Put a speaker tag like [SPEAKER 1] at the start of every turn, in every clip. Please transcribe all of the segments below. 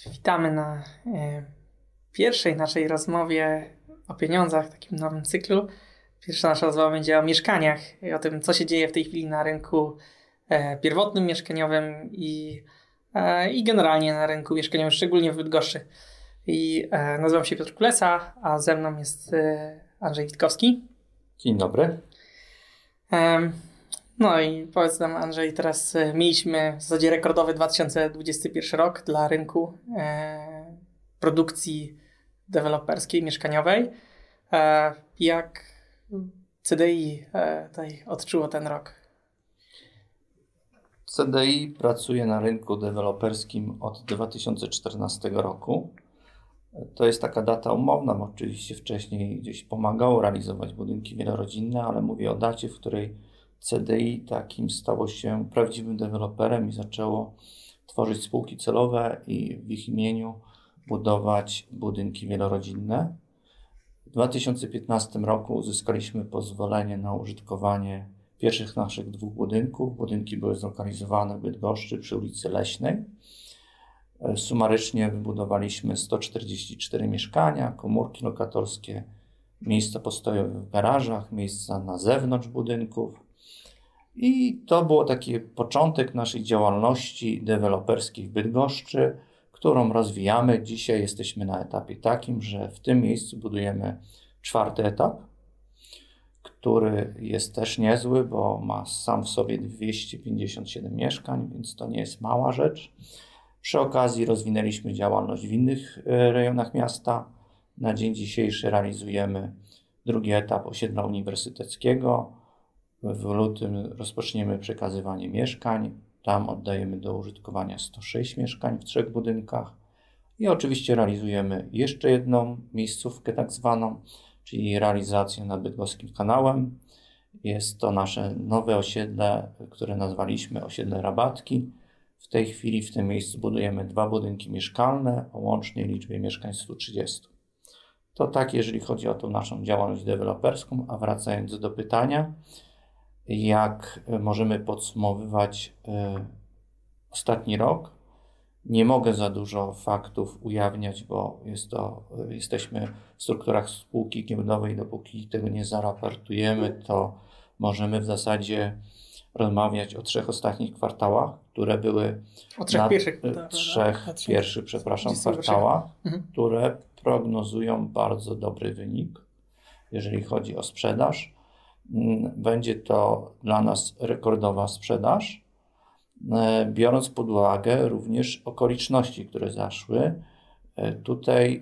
[SPEAKER 1] Witamy na pierwszej naszej rozmowie o pieniądzach, takim nowym cyklu. Pierwsza nasza rozmowa będzie o mieszkaniach i o tym, co się dzieje w tej chwili na rynku pierwotnym mieszkaniowym i generalnie na rynku mieszkaniowym, szczególnie w Bydgoszczy. Nazywam się Piotr Kulesa, a ze mną jest Andrzej Witkowski.
[SPEAKER 2] Dzień dobry.
[SPEAKER 1] No i powiedz nam, Andrzej, teraz mieliśmy w zasadzie rekordowy 2021 rok dla rynku produkcji deweloperskiej, mieszkaniowej. Jak CDI tutaj odczuło ten rok?
[SPEAKER 2] CDI pracuje na rynku deweloperskim od 2014 roku. To jest taka data umowna, bo oczywiście wcześniej gdzieś pomagało realizować budynki wielorodzinne, ale mówię o dacie, w której CDI takim stało się prawdziwym deweloperem i zaczęło tworzyć spółki celowe i w ich imieniu budować budynki wielorodzinne. W 2015 roku uzyskaliśmy pozwolenie na użytkowanie pierwszych naszych dwóch budynków. Budynki były zlokalizowane w Bydgoszczy przy ulicy Leśnej. Sumarycznie wybudowaliśmy 144 mieszkania, komórki lokatorskie, miejsca postojowe w garażach, miejsca na zewnątrz budynków. I to było taki początek naszej działalności deweloperskiej w Bydgoszczy, którą rozwijamy. Dzisiaj jesteśmy na etapie takim, że w tym miejscu budujemy czwarty etap, który jest też niezły, bo ma sam w sobie 257 mieszkań, więc to nie jest mała rzecz. Przy okazji rozwinęliśmy działalność w innych rejonach miasta. Na dzień dzisiejszy realizujemy drugi etap osiedla uniwersyteckiego. W lutym rozpoczniemy przekazywanie mieszkań. Tam oddajemy do użytkowania 106 mieszkań w 3 budynkach. I oczywiście realizujemy jeszcze jedną miejscówkę tak zwaną, czyli realizację nad Bydgoskim Kanałem. Jest to nasze nowe osiedle, które nazwaliśmy osiedle Rabatki. W tej chwili w tym miejscu budujemy 2 budynki mieszkalne o łącznej liczbie mieszkań 130. To tak, jeżeli chodzi o tą naszą działalność deweloperską, a wracając do pytania, jak możemy podsumowywać ostatni rok? Nie mogę za dużo faktów ujawniać, bo jesteśmy w strukturach spółki giełdowej. Dopóki tego nie zaraportujemy, to możemy w zasadzie rozmawiać o 3 ostatnich kwartałach, które były
[SPEAKER 1] O 3 pierwszych.
[SPEAKER 2] Kwartałach, które prognozują bardzo dobry wynik, jeżeli chodzi o sprzedaż. Będzie to dla nas rekordowa sprzedaż, biorąc pod uwagę również okoliczności, które zaszły. Tutaj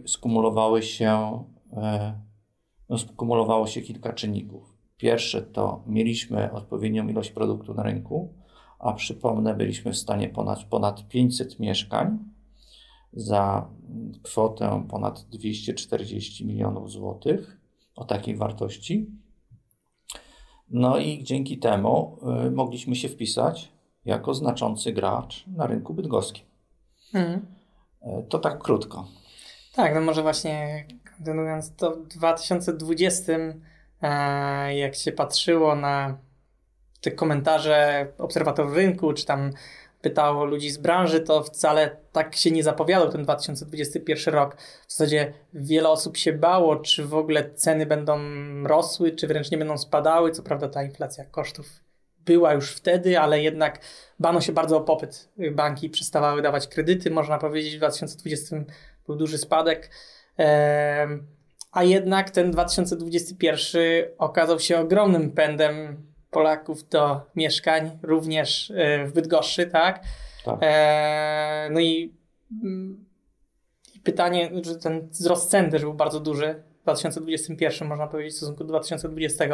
[SPEAKER 2] skumulowało się kilka czynników. Pierwsze to mieliśmy odpowiednią ilość produktu na rynku, a przypomnę, byliśmy w stanie ponad 500 mieszkań za kwotę ponad 240 milionów złotych o takiej wartości. No i dzięki temu mogliśmy się wpisać jako znaczący gracz na rynku bydgoskim. To tak krótko.
[SPEAKER 1] Tak, no może właśnie kontynuując to, w 2020 jak się patrzyło na te komentarze obserwatorów rynku, czy tam pytało ludzi z branży, to wcale tak się nie zapowiadał ten 2021 rok. W zasadzie wiele osób się bało, czy w ogóle ceny będą rosły, czy wręcz nie będą spadały. Co prawda ta inflacja kosztów była już wtedy, ale jednak bano się bardzo o popyt. Banki przestawały dawać kredyty, można powiedzieć, w 2020 był duży spadek. A jednak ten 2021 okazał się ogromnym pędem Polaków do mieszkań, również w Bydgoszczy, tak?
[SPEAKER 2] Tak.
[SPEAKER 1] No i pytanie, że ten wzrost cen też był bardzo duży w 2021, można powiedzieć, w stosunku do 2020.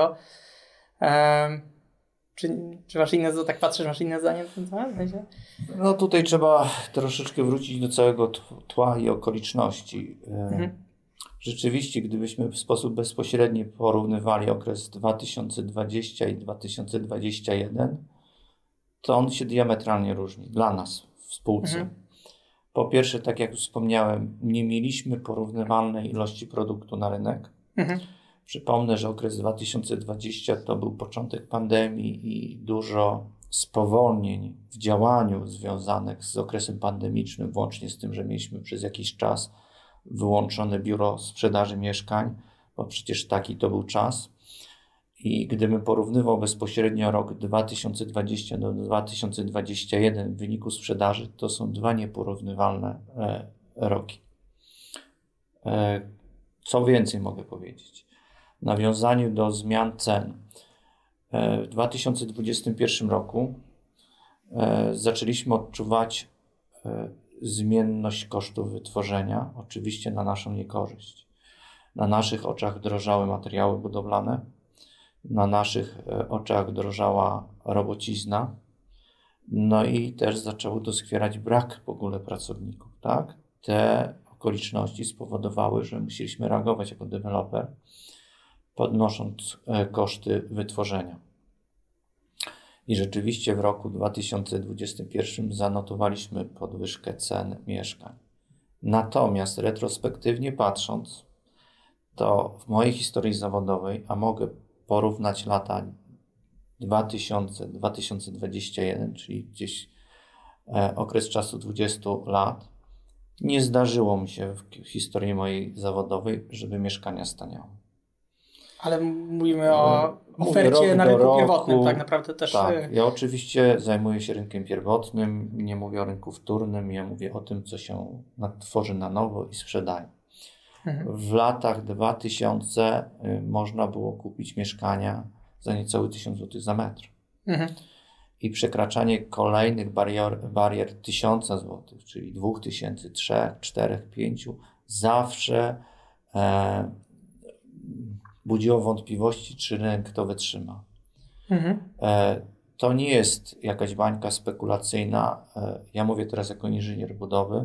[SPEAKER 1] Czy masz inne, tak patrzysz, masz inne zdanie na ten temat?
[SPEAKER 2] No tutaj trzeba troszeczkę wrócić do całego tła i okoliczności. Rzeczywiście, gdybyśmy w sposób bezpośredni porównywali okres 2020 i 2021, to on się diametralnie różni dla nas w spółce. Po pierwsze, tak jak już wspomniałem, nie mieliśmy porównywalnej ilości produktu na rynek. Przypomnę, że okres 2020 to był początek pandemii i dużo spowolnień w działaniu związanych z okresem pandemicznym, włącznie z tym, że mieliśmy przez jakiś czas wyłączone biuro sprzedaży mieszkań, bo przecież taki to był czas. I gdybym porównywał bezpośrednio rok 2020 do 2021 w wyniku sprzedaży, to są dwa nieporównywalne roki. Co więcej mogę powiedzieć? W nawiązaniu do zmian cen. W 2021 roku zaczęliśmy odczuwać zmienność kosztów wytworzenia, oczywiście na naszą niekorzyść. Na naszych oczach drożały materiały budowlane, na naszych oczach drożała robocizna, no i też zaczęło doskwierać brak w ogóle pracowników, tak? Te okoliczności spowodowały, że musieliśmy reagować jako deweloper, podnosząc koszty wytworzenia. I rzeczywiście w roku 2021 zanotowaliśmy podwyżkę cen mieszkań. Natomiast retrospektywnie patrząc, to w mojej historii zawodowej, a mogę porównać lata 2000-2021, czyli gdzieś okres czasu 20 lat, nie zdarzyło mi się w historii mojej zawodowej, żeby mieszkania staniały.
[SPEAKER 1] Ale mówimy o ofercie na rynku pierwotnym, tak naprawdę też.
[SPEAKER 2] Tak, ja oczywiście zajmuję się rynkiem pierwotnym, nie mówię o rynku wtórnym, ja mówię o tym, co się tworzy na nowo i sprzedaje. W latach 2000 można było kupić mieszkania za niecały 1000 zł za metr. I przekraczanie kolejnych barier 1000 zł, czyli 2000, 3, 4, 5, zawsze budziło wątpliwości, czy rynek to wytrzyma. To nie jest jakaś bańka spekulacyjna. Ja mówię teraz jako inżynier budowy.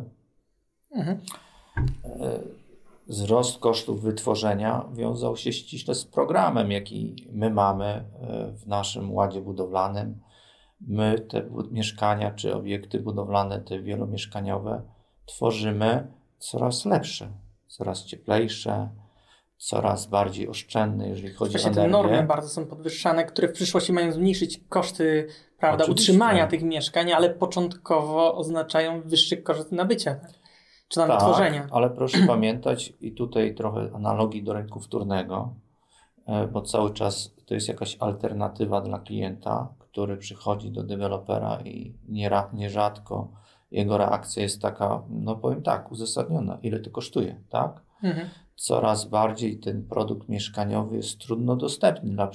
[SPEAKER 2] Wzrost kosztów wytworzenia wiązał się ściśle z programem, jaki my mamy w naszym ładzie budowlanym. My te mieszkania czy obiekty budowlane, te wielomieszkaniowe, tworzymy coraz lepsze, coraz cieplejsze, coraz bardziej oszczędne, jeżeli chodzi o energię.
[SPEAKER 1] Te normy bardzo są podwyższane, które w przyszłości mają zmniejszyć koszty, prawda, utrzymania tych mieszkań, ale początkowo oznaczają wyższy koszt nabycia. Czy tam wytworzenia.
[SPEAKER 2] Ale proszę pamiętać, i tutaj trochę analogii do rynku wtórnego, bo cały czas to jest jakaś alternatywa dla klienta, który przychodzi do dewelopera i nierzadko jego reakcja jest taka, no powiem tak, uzasadniona, ile to kosztuje, tak? Coraz bardziej ten produkt mieszkaniowy jest trudno dostępny dla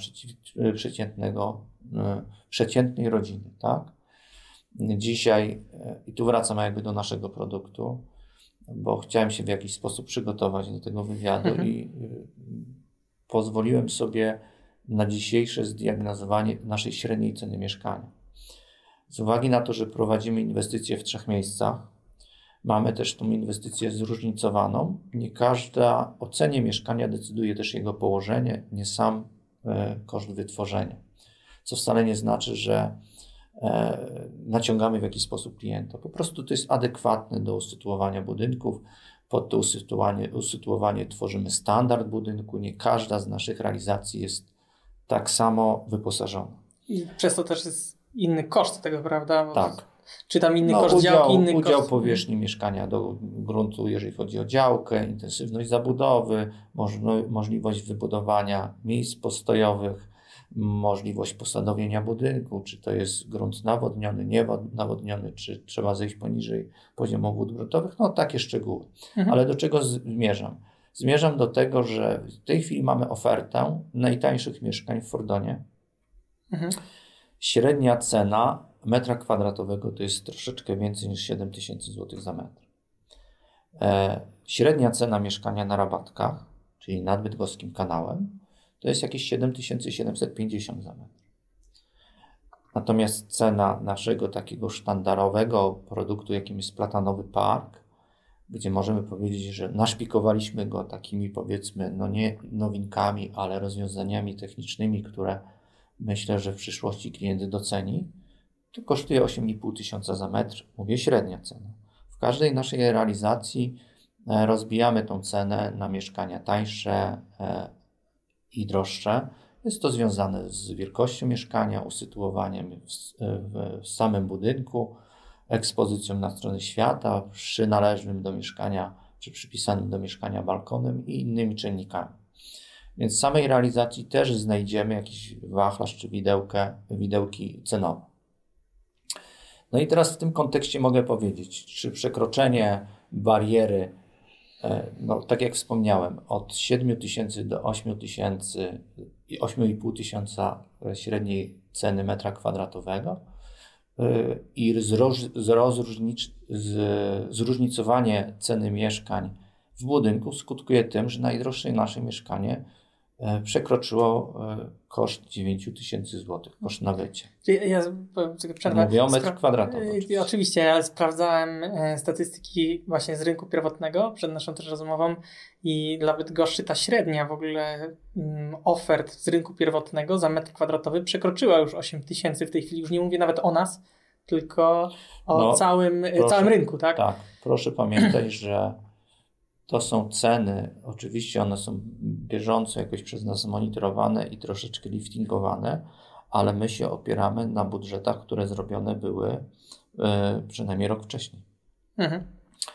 [SPEAKER 2] przeciętnej rodziny, tak? Dzisiaj, i tu wracam jakby do naszego produktu, bo chciałem się w jakiś sposób przygotować do tego wywiadu i pozwoliłem sobie na dzisiejsze zdiagnozowanie naszej średniej ceny mieszkania. Z uwagi na to, że prowadzimy inwestycje w 3 miejscach, mamy też tą inwestycję zróżnicowaną. Nie każda o cenie mieszkania decyduje też jego położenie, nie sam koszt wytworzenia. Co wcale nie znaczy, że naciągamy w jakiś sposób klienta. Po prostu to jest adekwatne do usytuowania budynków. Pod to usytuowanie tworzymy standard budynku. Nie każda z naszych realizacji jest tak samo wyposażona.
[SPEAKER 1] I przez to też jest inny koszt tego, prawda? Bo
[SPEAKER 2] tak.
[SPEAKER 1] Czy tam inny koszt działki, inny
[SPEAKER 2] udział
[SPEAKER 1] koszt
[SPEAKER 2] powierzchni mieszkania do gruntu, jeżeli chodzi o działkę, intensywność zabudowy, możliwość wybudowania miejsc postojowych, możliwość posadowienia budynku, czy to jest grunt nawodniony, nienawodniony, czy trzeba zejść poniżej poziomu wód gruntowych, no takie szczegóły. Ale do czego zmierzam? Zmierzam do tego, że w tej chwili mamy ofertę najtańszych mieszkań w Fordonie. Średnia cena metra kwadratowego to jest troszeczkę więcej niż 7000 zł za metr. Średnia cena mieszkania na Rabatkach, czyli nad Bydgoskim Kanałem, to jest jakieś 7750 za metr. Natomiast cena naszego takiego sztandarowego produktu, jakim jest Platanowy Park, gdzie możemy powiedzieć, że naszpikowaliśmy go takimi, powiedzmy, no nie nowinkami, ale rozwiązaniami technicznymi, które myślę, że w przyszłości klient doceni, to kosztuje 8500 za metr, mówię średnia cena. W każdej naszej realizacji rozbijamy tą cenę na mieszkania tańsze i droższe Jest to związane z wielkością mieszkania, usytuowaniem w samym budynku, ekspozycją na stronę świata, przynależnym do mieszkania czy przypisanym do mieszkania balkonem i innymi czynnikami. Więc w samej realizacji też znajdziemy jakiś wachlarz czy widełki cenowe. No i teraz w tym kontekście mogę powiedzieć, czy przekroczenie bariery, no tak jak wspomniałem, od 7 tysięcy do 8 tysięcy i 8,5 tysiąca średniej ceny metra kwadratowego i zróżnicowanie ceny mieszkań w budynku skutkuje tym, że najdroższe nasze mieszkanie przekroczyło koszt 9 tysięcy złotych, koszt nabycia. Mówię o metr kwadratowy.
[SPEAKER 1] Oczywiście, ale sprawdzałem statystyki właśnie z rynku pierwotnego przed naszą też rozmową i dla Bydgoszczy ta średnia w ogóle ofert z rynku pierwotnego za metr kwadratowy przekroczyła już 8 tysięcy w tej chwili. Już nie mówię nawet o nas, tylko o całym rynku, tak?
[SPEAKER 2] Tak, proszę pamiętać, że to są ceny, oczywiście one są bieżąco jakoś przez nas monitorowane i troszeczkę liftingowane, ale my się opieramy na budżetach, które zrobione były przynajmniej rok wcześniej. Mhm.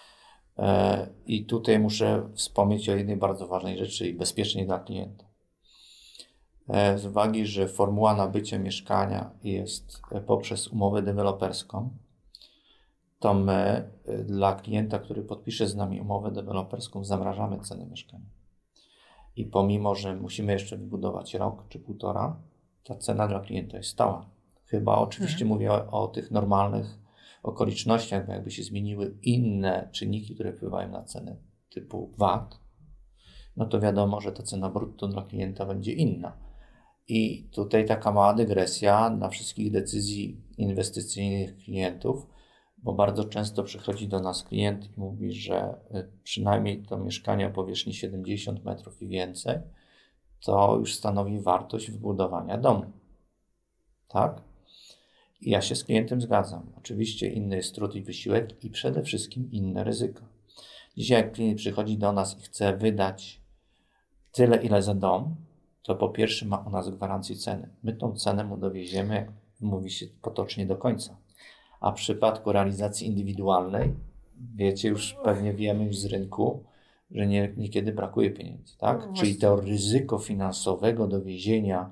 [SPEAKER 2] I tutaj muszę wspomnieć o jednej bardzo ważnej rzeczy, czyli bezpiecznej dla klienta. Z uwagi, że formuła nabycia mieszkania jest poprzez umowę deweloperską, to my dla klienta, który podpisze z nami umowę deweloperską, zamrażamy cenę mieszkania. I pomimo, że musimy jeszcze wybudować rok czy półtora, ta cena dla klienta jest stała. Chyba oczywiście mówię o tych normalnych okolicznościach, bo jakby się zmieniły inne czynniki, które wpływają na cenę, typu VAT, no to wiadomo, że ta cena brutto dla klienta będzie inna. I tutaj taka mała dygresja na wszystkich decyzji inwestycyjnych klientów, bo bardzo często przychodzi do nas klient i mówi, że przynajmniej to mieszkanie o powierzchni 70 metrów i więcej, to już stanowi wartość wybudowania domu. Tak? I ja się z klientem zgadzam. Oczywiście inny jest trud i wysiłek i przede wszystkim inne ryzyko. Dzisiaj jak klient przychodzi do nas i chce wydać tyle, ile za dom, to po pierwsze ma u nas gwarancję ceny. My tą cenę mu dowieziemy, jak mówi się potocznie, do końca. A w przypadku realizacji indywidualnej, wiecie, już pewnie wiemy już z rynku, że niekiedy brakuje pieniędzy, tak? Czyli to ryzyko finansowego dowiezienia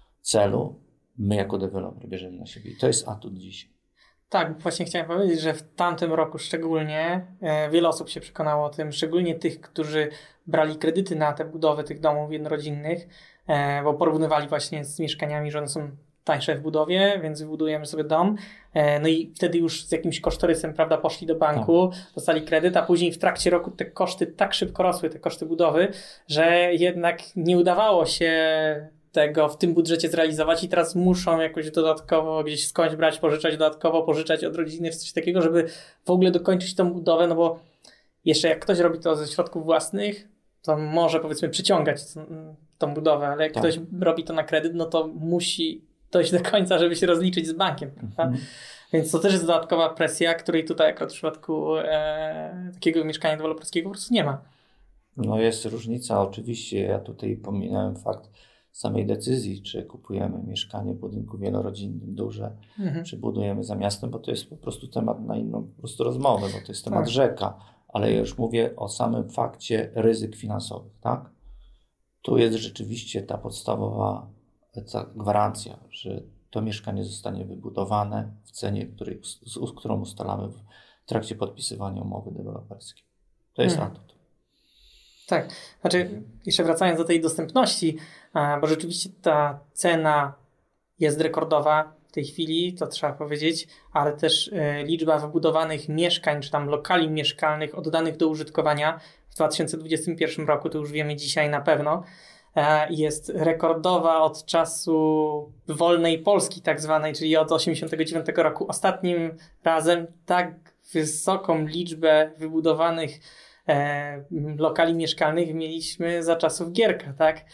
[SPEAKER 2] celu my jako deweloper bierzemy na siebie. I to jest atut dzisiaj.
[SPEAKER 1] Tak, właśnie chciałem powiedzieć, że w tamtym roku szczególnie wiele osób się przekonało o tym, szczególnie tych, którzy brali kredyty na te budowy tych domów jednorodzinnych, bo porównywali właśnie z mieszkaniami, że one są tańsze w budowie, więc wybudujemy sobie dom. No i wtedy już z jakimś kosztorysem, prawda, poszli do banku, dostali kredyt, a później w trakcie roku te koszty tak szybko rosły, te koszty budowy, że jednak nie udawało się tego w tym budżecie zrealizować i teraz muszą jakoś dodatkowo gdzieś skądś brać, pożyczać od rodziny czy coś takiego, żeby w ogóle dokończyć tą budowę, no bo jeszcze jak ktoś robi to ze środków własnych, to może powiedzmy przyciągać tą budowę, ale jak ktoś robi to na kredyt, no to musi dojść do końca, żeby się rozliczyć z bankiem. Więc to też jest dodatkowa presja, której tutaj akurat w przypadku takiego mieszkania deweloperskiego po prostu nie ma.
[SPEAKER 2] No jest różnica, oczywiście. Ja tutaj pominąłem fakt samej decyzji, czy kupujemy mieszkanie w budynku wielorodzinnym duże, czy budujemy za miastem, bo to jest po prostu temat na inną po prostu rozmowę, bo to jest temat rzeka. Ale ja już mówię o samym fakcie ryzyk finansowych, tak? Tu jest rzeczywiście ta podstawowa gwarancja, że to mieszkanie zostanie wybudowane w cenie, którą ustalamy w trakcie podpisywania umowy deweloperskiej. To jest atut.
[SPEAKER 1] Tak, znaczy jeszcze wracając do tej dostępności, bo rzeczywiście ta cena jest rekordowa w tej chwili, to trzeba powiedzieć, ale też liczba wybudowanych mieszkań, czy tam lokali mieszkalnych oddanych do użytkowania w 2021 roku, to już wiemy dzisiaj na pewno, jest rekordowa od czasu wolnej Polski tak zwanej, czyli od 1989 roku. Ostatnim razem tak wysoką liczbę wybudowanych lokali mieszkalnych mieliśmy za czasów Gierka, tak?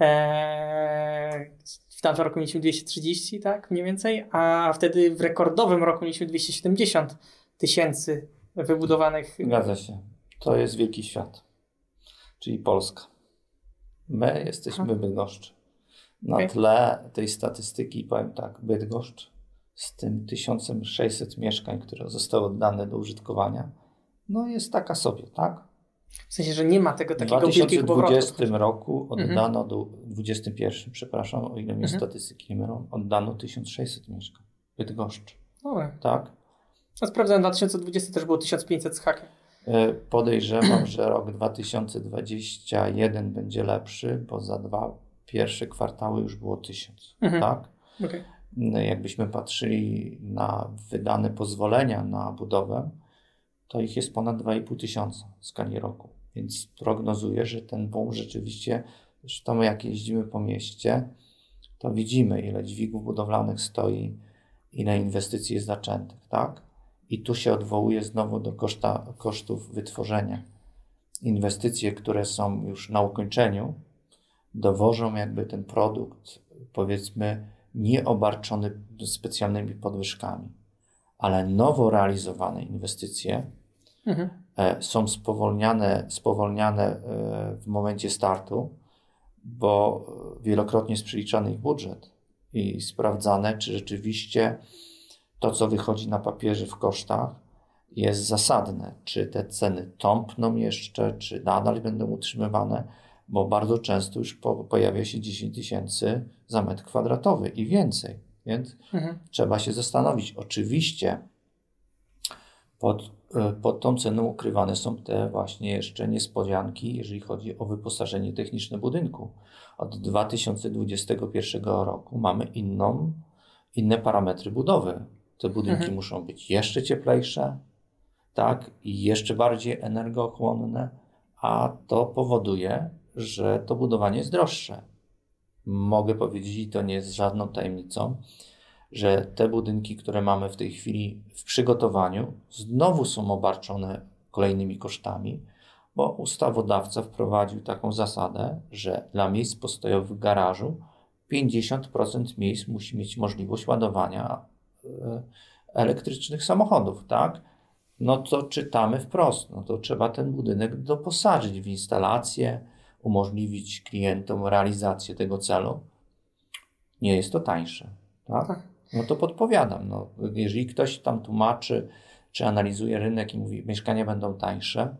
[SPEAKER 1] W tamtym roku mieliśmy 230, tak? Mniej więcej, a wtedy w rekordowym roku mieliśmy 270 tysięcy wybudowanych.
[SPEAKER 2] Zgadza się. To jest wielki świat, czyli Polska. My jesteśmy Bydgoszczy. Na tle tej statystyki powiem tak, Bydgoszcz z tym 1600 mieszkań, które zostały oddane do użytkowania, no jest taka sobie, tak?
[SPEAKER 1] W sensie, że nie ma tego
[SPEAKER 2] W
[SPEAKER 1] takiego wielkiego powrotu.
[SPEAKER 2] 2020 roku oddano do 2021, przepraszam, o ile mnie statystyki nie mylą, oddano 1600 mieszkań. Bydgoszcz. Tak?
[SPEAKER 1] A sprawdzałem, 2020 też było 1500 z hakiem.
[SPEAKER 2] Podejrzewam, że rok 2021 będzie lepszy, bo za 2 pierwsze kwartały już było 1000. Tak?
[SPEAKER 1] Okay.
[SPEAKER 2] Jakbyśmy patrzyli na wydane pozwolenia na budowę, to ich jest ponad 2500 w skali roku. Więc prognozuję, że ten boom rzeczywiście, zresztą jak jeździmy po mieście, to widzimy, ile dźwigów budowlanych stoi, ile inwestycji jest zaczętych, tak? I tu się odwołuje znowu do kosztów wytworzenia. Inwestycje, które są już na ukończeniu, dowożą jakby ten produkt, powiedzmy, nie obarczony specjalnymi podwyżkami, ale nowo realizowane inwestycje są spowolniane w momencie startu, bo wielokrotnie jest przeliczany ich budżet i sprawdzane, czy rzeczywiście to, co wychodzi na papierze w kosztach, jest zasadne. Czy te ceny tąpną jeszcze, czy nadal będą utrzymywane, bo bardzo często już pojawia się 10 000 za metr kwadratowy i więcej. Więc trzeba się zastanowić. Oczywiście pod tą ceną ukrywane są te właśnie jeszcze niespodzianki, jeżeli chodzi o wyposażenie techniczne budynku. Od 2021 roku mamy inne parametry budowy. Te budynki muszą być jeszcze cieplejsze, tak, i jeszcze bardziej energochłonne, a to powoduje, że to budowanie jest droższe. Mogę powiedzieć, i to nie jest żadną tajemnicą, że te budynki, które mamy w tej chwili w przygotowaniu, znowu są obarczone kolejnymi kosztami, bo ustawodawca wprowadził taką zasadę, że dla miejsc postojowych w garażu 50% miejsc musi mieć możliwość ładowania elektrycznych samochodów, tak? No to czytamy wprost, no to trzeba ten budynek doposażyć w instalację, umożliwić klientom realizację tego celu. Nie jest to tańsze, tak? No to podpowiadam, no, jeżeli ktoś tam tłumaczy, czy analizuje rynek i mówi, mieszkania będą tańsze,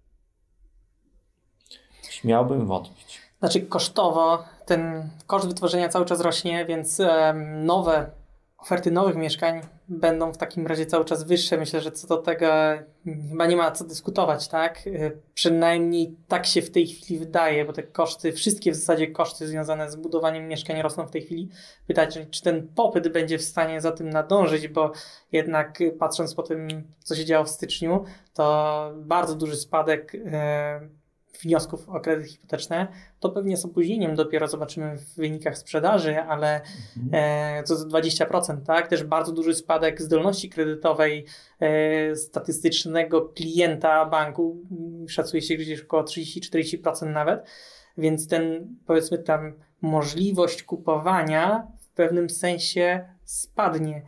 [SPEAKER 2] śmiałbym wątpić.
[SPEAKER 1] Znaczy kosztowo ten koszt wytworzenia cały czas rośnie, więc oferty nowych mieszkań będą w takim razie cały czas wyższe. Myślę, że co do tego chyba nie ma co dyskutować, tak? Przynajmniej tak się w tej chwili wydaje, bo te koszty, wszystkie w zasadzie koszty związane z budowaniem mieszkań rosną w tej chwili. Pytać, czy ten popyt będzie w stanie za tym nadążyć, bo jednak patrząc po tym, co się działo w styczniu, to bardzo duży spadek wniosków o kredyty hipoteczne, to pewnie z opóźnieniem dopiero zobaczymy w wynikach sprzedaży, ale co za 20%, tak? Też bardzo duży spadek zdolności kredytowej statystycznego klienta banku, szacuje się gdzieś około 30-40% nawet, więc powiedzmy tam możliwość kupowania w pewnym sensie spadnie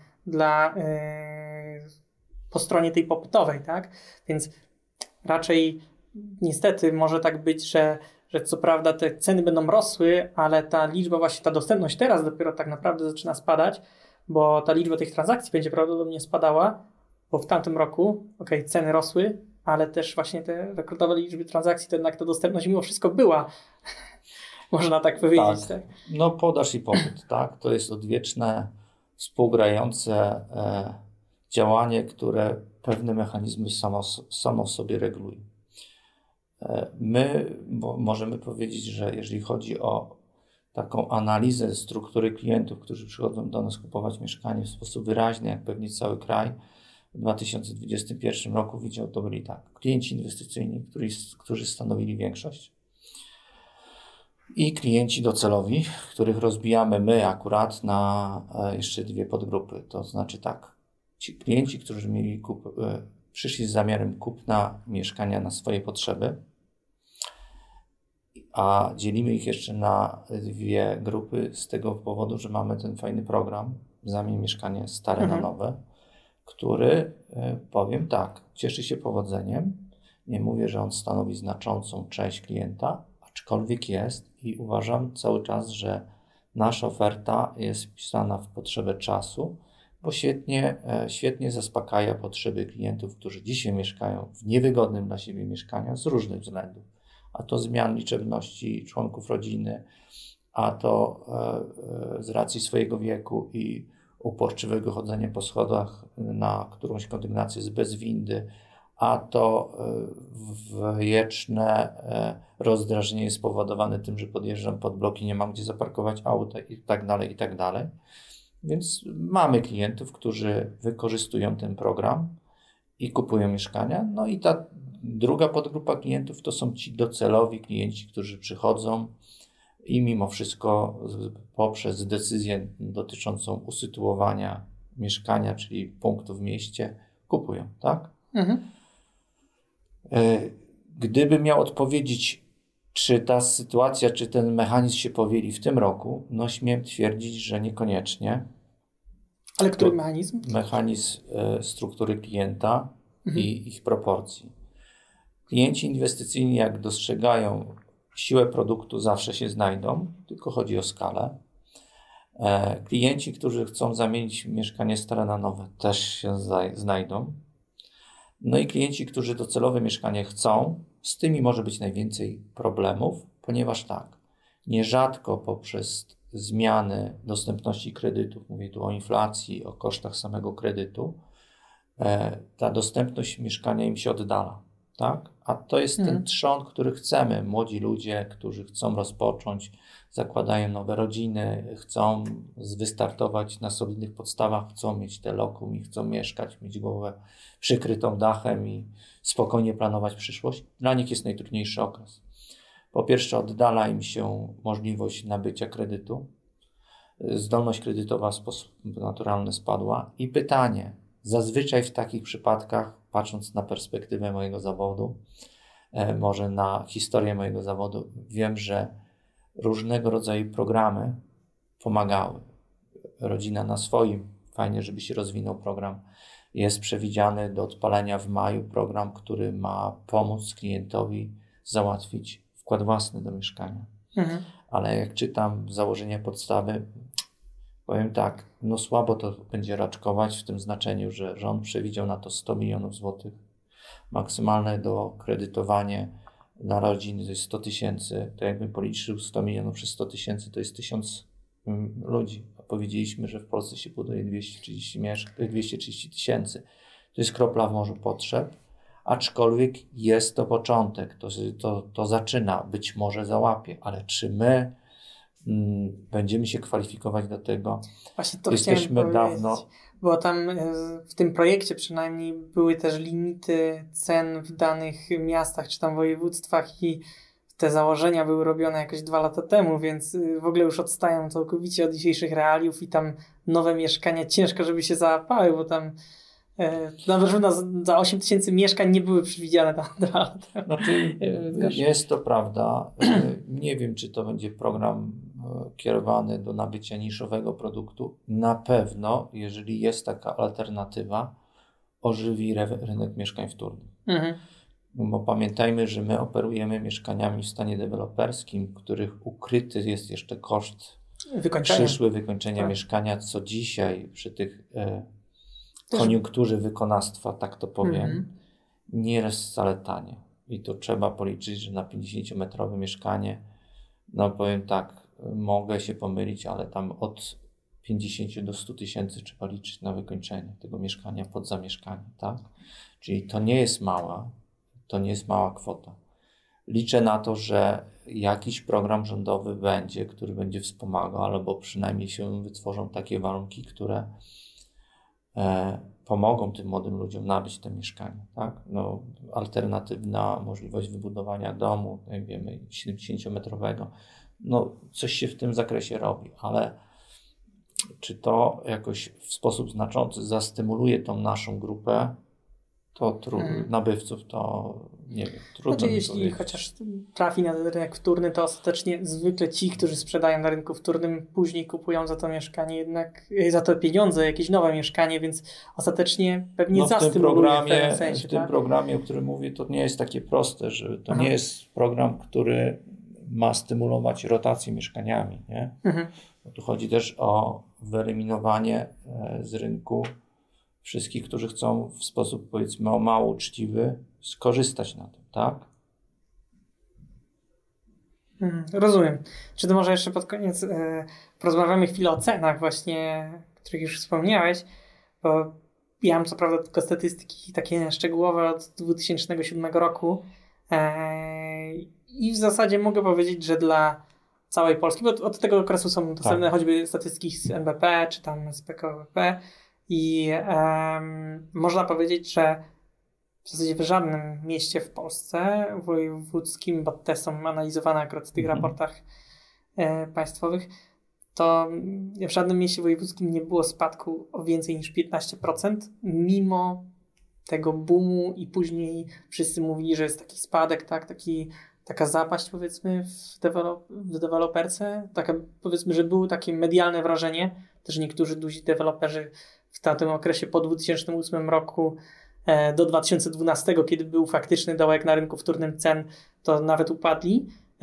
[SPEAKER 1] po stronie tej popytowej, tak? Więc raczej niestety może tak być, że co prawda te ceny będą rosły, ale ta liczba, właśnie ta dostępność teraz dopiero tak naprawdę zaczyna spadać, bo ta liczba tych transakcji będzie prawdopodobnie spadała, bo w tamtym roku, ceny rosły, ale też właśnie te rekordowe liczby transakcji, to jednak ta dostępność mimo wszystko była, można tak powiedzieć. Tak.
[SPEAKER 2] No podaż i popyt, tak? To jest odwieczne, współgrające działanie, które pewne mechanizmy samo sobie reguluje. My możemy powiedzieć, że jeżeli chodzi o taką analizę struktury klientów, którzy przychodzą do nas kupować mieszkanie w sposób wyraźny, jak pewnie cały kraj, w 2021 roku widział, to byli tak, klienci inwestycyjni, którzy stanowili większość, i klienci docelowi, których rozbijamy my akurat na jeszcze 2 podgrupy. To znaczy tak, ci klienci, którzy przyszli z zamiarem kupna mieszkania na swoje potrzeby, a dzielimy ich jeszcze na 2 grupy z tego powodu, że mamy ten fajny program Zamień mieszkanie stare na nowe, który, powiem tak, cieszy się powodzeniem. Nie mówię, że on stanowi znaczącą część klienta, aczkolwiek jest, i uważam cały czas, że nasza oferta jest wpisana w potrzebę czasu, bo świetnie zaspokaja potrzeby klientów, którzy dzisiaj mieszkają w niewygodnym dla siebie mieszkaniu z różnych względów. A to zmian liczebności członków rodziny, a to z racji swojego wieku i uporczywego chodzenia po schodach na którąś kondygnację bez windy, a to wieczne rozdrażnienie spowodowane tym, że podjeżdżam pod blok i nie mam gdzie zaparkować auta i tak dalej, i tak dalej. Więc mamy klientów, którzy wykorzystują ten program i kupują mieszkania. No i ta druga podgrupa klientów to są ci docelowi klienci, którzy przychodzą i mimo wszystko poprzez decyzję dotyczącą usytuowania mieszkania, czyli punktu w mieście, kupują, tak? Mhm. Gdybym miał odpowiedzieć, czy ta sytuacja, czy ten mechanizm się powieli w tym roku, no śmiem twierdzić, że niekoniecznie.
[SPEAKER 1] Ale który mechanizm?
[SPEAKER 2] Mechanizm struktury klienta i ich proporcji. Klienci inwestycyjni, jak dostrzegają siłę produktu, zawsze się znajdą, tylko chodzi o skalę. Klienci, którzy chcą zamienić mieszkanie stare na nowe, też się znajdą. No i klienci, którzy docelowe mieszkanie chcą, z tymi może być najwięcej problemów, ponieważ nierzadko poprzez zmiany dostępności kredytów, mówię tu o inflacji, o kosztach samego kredytu, ta dostępność mieszkania im się oddala, tak? A to jest ten trzon, który chcemy. Młodzi ludzie, którzy chcą rozpocząć, zakładają nowe rodziny, chcą wystartować na solidnych podstawach, chcą mieć te lokum i chcą mieszkać, mieć głowę przykrytą dachem i spokojnie planować przyszłość. Dla nich jest najtrudniejszy okres. Po pierwsze, oddala im się możliwość nabycia kredytu. Zdolność kredytowa w sposób naturalny spadła. I pytanie, zazwyczaj w takich przypadkach, patrząc na perspektywę mojego zawodu, może na historię mojego zawodu, wiem, że różnego rodzaju programy pomagały. Rodzina na swoim, fajnie, żeby się rozwinął program. Jest przewidziany do odpalenia w maju program, który ma pomóc klientowi załatwić wkład własny do mieszkania. Ale jak czytam założenia podstawy, powiem tak, no słabo to będzie raczkować w tym znaczeniu, że rząd przewidział na to 100 milionów złotych. Maksymalne dokredytowanie na rodziny to jest 100 tysięcy. To jakbym policzył 100 milionów przez 100 tysięcy, to jest 1000 ludzi. A powiedzieliśmy, że w Polsce się buduje 230 tysięcy. To jest kropla w morzu potrzeb. Aczkolwiek jest to początek, to zaczyna, być może załapie, ale czy my będziemy się kwalifikować do tego?
[SPEAKER 1] Właśnie to jesteśmy dawno. Bo tam w tym projekcie przynajmniej były też limity cen w danych miastach czy tam województwach i te założenia były robione jakoś 2 lata temu, więc w ogóle już odstają całkowicie od dzisiejszych realiów i tam nowe mieszkania ciężko, żeby się załapały, bo tam nawet za 8 tysięcy mieszkań nie były przewidziane tam 2 lata temu.
[SPEAKER 2] Znaczy, jest to prawda. Nie wiem, czy to będzie program kierowany do nabycia niszowego produktu. Na pewno, jeżeli jest taka alternatywa, ożywi rynek mieszkań wtórnych. Bo pamiętajmy, że my operujemy mieszkaniami w stanie deweloperskim, których ukryty jest jeszcze koszt przyszły wykończenia mieszkania, co dzisiaj przy tych koniunkturze wykonawstwa, tak to powiem, nie jest wcale tanie. I to trzeba policzyć, że na 50-metrowe mieszkanie, no powiem tak, mogę się pomylić, ale tam od 50 do 100 tysięcy trzeba liczyć na wykończenie tego mieszkania pod zamieszkanie, tak? Czyli to nie jest mała kwota. Liczę na to, że jakiś program rządowy będzie, który będzie wspomagał, albo przynajmniej się wytworzą takie warunki, które pomogą tym młodym ludziom nabyć te mieszkania, tak? No, alternatywna możliwość wybudowania domu, jak wiemy, 70-metrowego, no coś się w tym zakresie robi, ale czy to jakoś w sposób znaczący zastymuluje tą naszą grupę, to nabywców, to nie wiem, trudno mi
[SPEAKER 1] jeśli
[SPEAKER 2] powiedzieć.
[SPEAKER 1] Chociaż trafi na rynek wtórny, to ostatecznie zwykle ci, którzy sprzedają na rynku wtórnym, później kupują za to mieszkanie jednak, za to pieniądze, jakieś nowe mieszkanie, więc ostatecznie pewnie zastymuluje w pewnym sensie.
[SPEAKER 2] W tym programie, o którym mówię, to nie jest takie proste, że to nie jest program, który ma stymulować rotację mieszkaniami, nie? Tu chodzi też o wyeliminowanie z rynku wszystkich, którzy chcą w sposób, powiedzmy, mało uczciwy skorzystać na tym, tak?
[SPEAKER 1] Rozumiem. Czy to może jeszcze pod koniec porozmawiamy chwilę o cenach właśnie, o których już wspomniałeś, bo ja mam co prawda tylko statystyki takie szczegółowe od 2007 roku i w zasadzie mogę powiedzieć, że dla całej Polski, bo od tego okresu są dostępne choćby statystyki z NBP czy tam z PKWP i można powiedzieć, że w zasadzie w żadnym mieście w Polsce wojewódzkim, bo te są analizowane akurat w tych raportach państwowych, to w żadnym mieście wojewódzkim nie było spadku o więcej niż 15%, mimo tego boomu i później wszyscy mówili, że jest taki spadek, tak, taka zapaść powiedzmy w deweloperce, taka, powiedzmy, że było takie medialne wrażenie, też niektórzy duzi deweloperzy w tamtym okresie po 2008 roku do 2012, kiedy był faktyczny dołek na rynku wtórnym cen, to nawet upadli,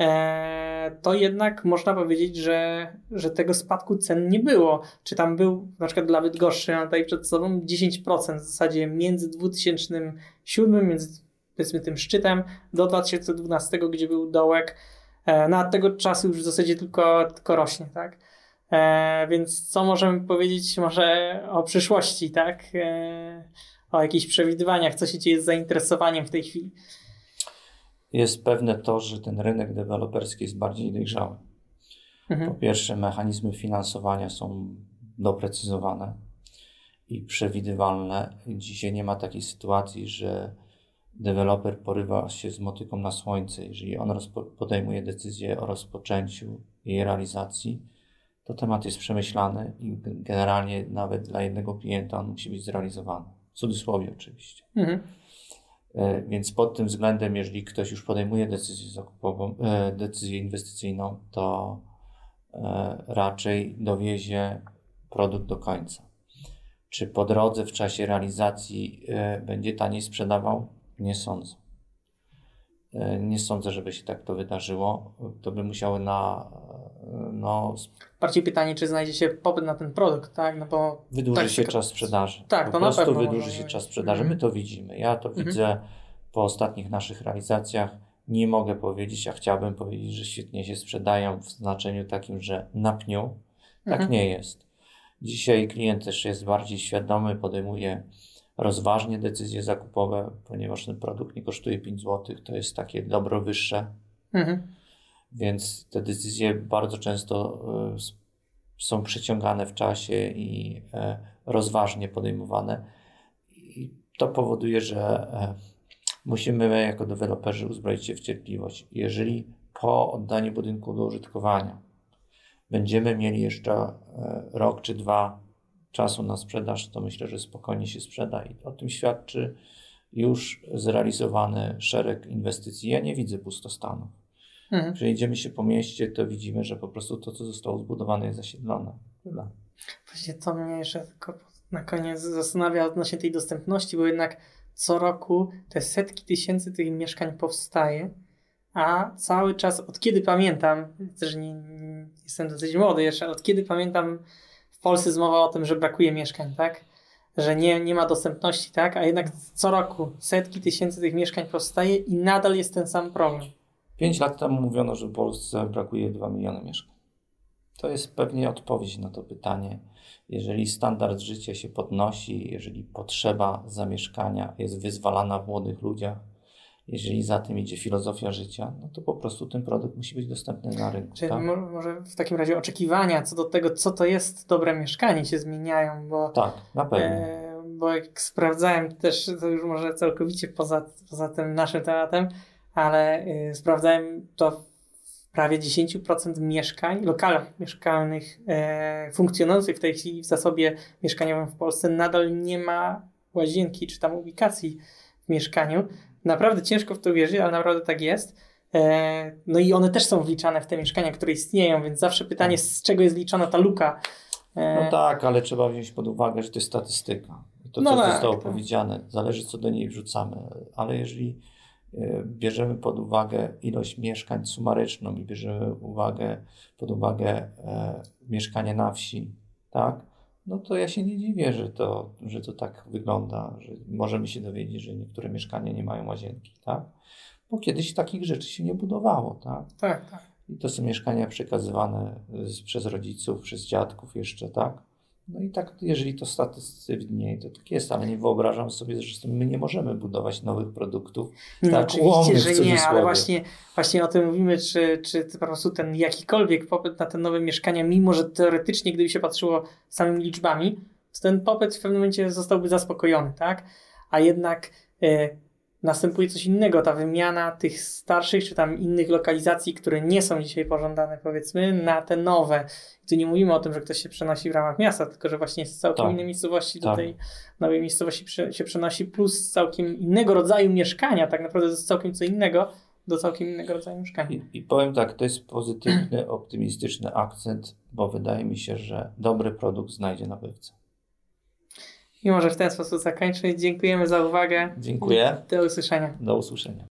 [SPEAKER 1] to jednak można powiedzieć, że tego spadku cen nie było. Czy tam był, na przykład dla Bydgoszczy, mam tutaj przed sobą 10% w zasadzie między 2007, między powiedzmy tym szczytem, do 2012, gdzie był dołek. No od tego czasu już w zasadzie tylko rośnie, tak? Więc co możemy powiedzieć może o przyszłości, tak? O jakichś przewidywaniach, co się dzieje z zainteresowaniem w tej chwili?
[SPEAKER 2] Jest pewne to, że ten rynek deweloperski jest bardziej dojrzały. Po pierwsze, mechanizmy finansowania są doprecyzowane i przewidywalne. Dzisiaj nie ma takiej sytuacji, że deweloper porywa się z motyką na słońce. Jeżeli on podejmuje decyzję o rozpoczęciu jej realizacji, to temat jest przemyślany i generalnie nawet dla jednego klienta on musi być zrealizowany. W cudzysłowie oczywiście. Więc pod tym względem, jeżeli ktoś już podejmuje decyzję zakupową, decyzję inwestycyjną, to raczej dowiezie produkt do końca. Czy po drodze w czasie realizacji będzie taniej sprzedawał? Nie sądzę. Nie sądzę, żeby się tak to wydarzyło. To by musiało
[SPEAKER 1] bardziej pytanie, czy znajdzie się popyt na ten produkt, tak? No bo
[SPEAKER 2] wydłuży się czas sprzedaży.
[SPEAKER 1] Tak,
[SPEAKER 2] po
[SPEAKER 1] to
[SPEAKER 2] prostu
[SPEAKER 1] na pewno
[SPEAKER 2] wydłuży się czas sprzedaży. My to widzimy. Ja to widzę po ostatnich naszych realizacjach. Nie mogę powiedzieć, a chciałbym powiedzieć, że świetnie się sprzedają w znaczeniu takim, że na pniu. Tak nie jest. Dzisiaj klient też jest bardziej świadomy, podejmuje rozważnie decyzje zakupowe, ponieważ ten produkt nie kosztuje 5 zł, to jest takie dobro wyższe. Więc te decyzje bardzo często są przeciągane w czasie i rozważnie podejmowane. I to powoduje, że musimy jako deweloperzy uzbroić się w cierpliwość. Jeżeli po oddaniu budynku do użytkowania będziemy mieli jeszcze rok czy dwa czasu na sprzedaż, to myślę, że spokojnie się sprzeda i o tym świadczy już zrealizowany szereg inwestycji. Ja nie widzę pustostanów. Przejdziemy się po mieście, to widzimy, że po prostu to, co zostało zbudowane, jest zasiedlone. Tyle.
[SPEAKER 1] Właśnie to mnie jeszcze tylko na koniec zastanawia odnośnie tej dostępności, bo jednak co roku te setki tysięcy tych mieszkań powstaje, a cały czas, od kiedy pamiętam, też nie jestem dosyć młody jeszcze, ale od kiedy pamiętam, w Polsce jest mowa o tym, że brakuje mieszkań, tak? Że nie ma dostępności, tak? A jednak co roku setki tysięcy tych mieszkań powstaje i nadal jest ten sam problem.
[SPEAKER 2] 5 lat temu mówiono, że w Polsce brakuje 2 miliony mieszkań. To jest pewnie odpowiedź na to pytanie. Jeżeli standard życia się podnosi, jeżeli potrzeba zamieszkania jest wyzwalana w młodych ludziach, jeżeli za tym idzie filozofia życia, no to po prostu ten produkt musi być dostępny na rynku.
[SPEAKER 1] Czyli
[SPEAKER 2] tak?
[SPEAKER 1] Może w takim razie oczekiwania co do tego, co to jest dobre mieszkanie, się zmieniają, bo
[SPEAKER 2] tak, na pewno.
[SPEAKER 1] Bo jak sprawdzałem też, to już może całkowicie poza tym naszym tematem, ale sprawdzałem to w prawie 10% mieszkań, lokalach mieszkalnych funkcjonujących w tej chwili w zasobie mieszkaniowym w Polsce nadal nie ma łazienki czy tam ubikacji w mieszkaniu. Naprawdę ciężko w to wierzyć, ale naprawdę tak jest. No i one też są wliczane w te mieszkania, które istnieją, więc zawsze pytanie, z czego jest liczona ta luka.
[SPEAKER 2] No tak, ale trzeba wziąć pod uwagę, że to jest statystyka. To, co zostało powiedziane, zależy, co do niej wrzucamy. Ale jeżeli bierzemy pod uwagę ilość mieszkań sumaryczną i bierzemy pod uwagę mieszkanie na wsi, tak? No to ja się nie dziwię, że to tak wygląda, że możemy się dowiedzieć, że niektóre mieszkania nie mają łazienki, tak? Bo kiedyś takich rzeczy się nie budowało, tak?
[SPEAKER 1] Tak, tak.
[SPEAKER 2] I to są mieszkania przekazywane przez rodziców, przez dziadków jeszcze, tak? No i tak, jeżeli to statystycznie, to tak jest, ale nie wyobrażam sobie, że my nie możemy budować nowych produktów.
[SPEAKER 1] No
[SPEAKER 2] tak,
[SPEAKER 1] oczywiście, że nie, ale
[SPEAKER 2] cudzysłowie.
[SPEAKER 1] właśnie o tym mówimy, czy po prostu ten jakikolwiek popyt na te nowe mieszkania, mimo że teoretycznie, gdyby się patrzyło samymi liczbami, to ten popyt w pewnym momencie zostałby zaspokojony, tak? A jednak następuje coś innego, ta wymiana tych starszych, czy tam innych lokalizacji, które nie są dzisiaj pożądane, powiedzmy, na te nowe. I tu nie mówimy o tym, że ktoś się przenosi w ramach miasta, tylko że właśnie z całkiem innej miejscowości do tej nowej miejscowości się przenosi, plus całkiem innego rodzaju mieszkania, tak naprawdę to jest całkiem co innego, do całkiem innego rodzaju mieszkania.
[SPEAKER 2] I powiem tak, to jest pozytywny, optymistyczny akcent, bo wydaje mi się, że dobry produkt znajdzie nabywcę.
[SPEAKER 1] I może w ten sposób zakończyć. Dziękujemy za uwagę.
[SPEAKER 2] Dziękuję.
[SPEAKER 1] Do usłyszenia.
[SPEAKER 2] Do usłyszenia.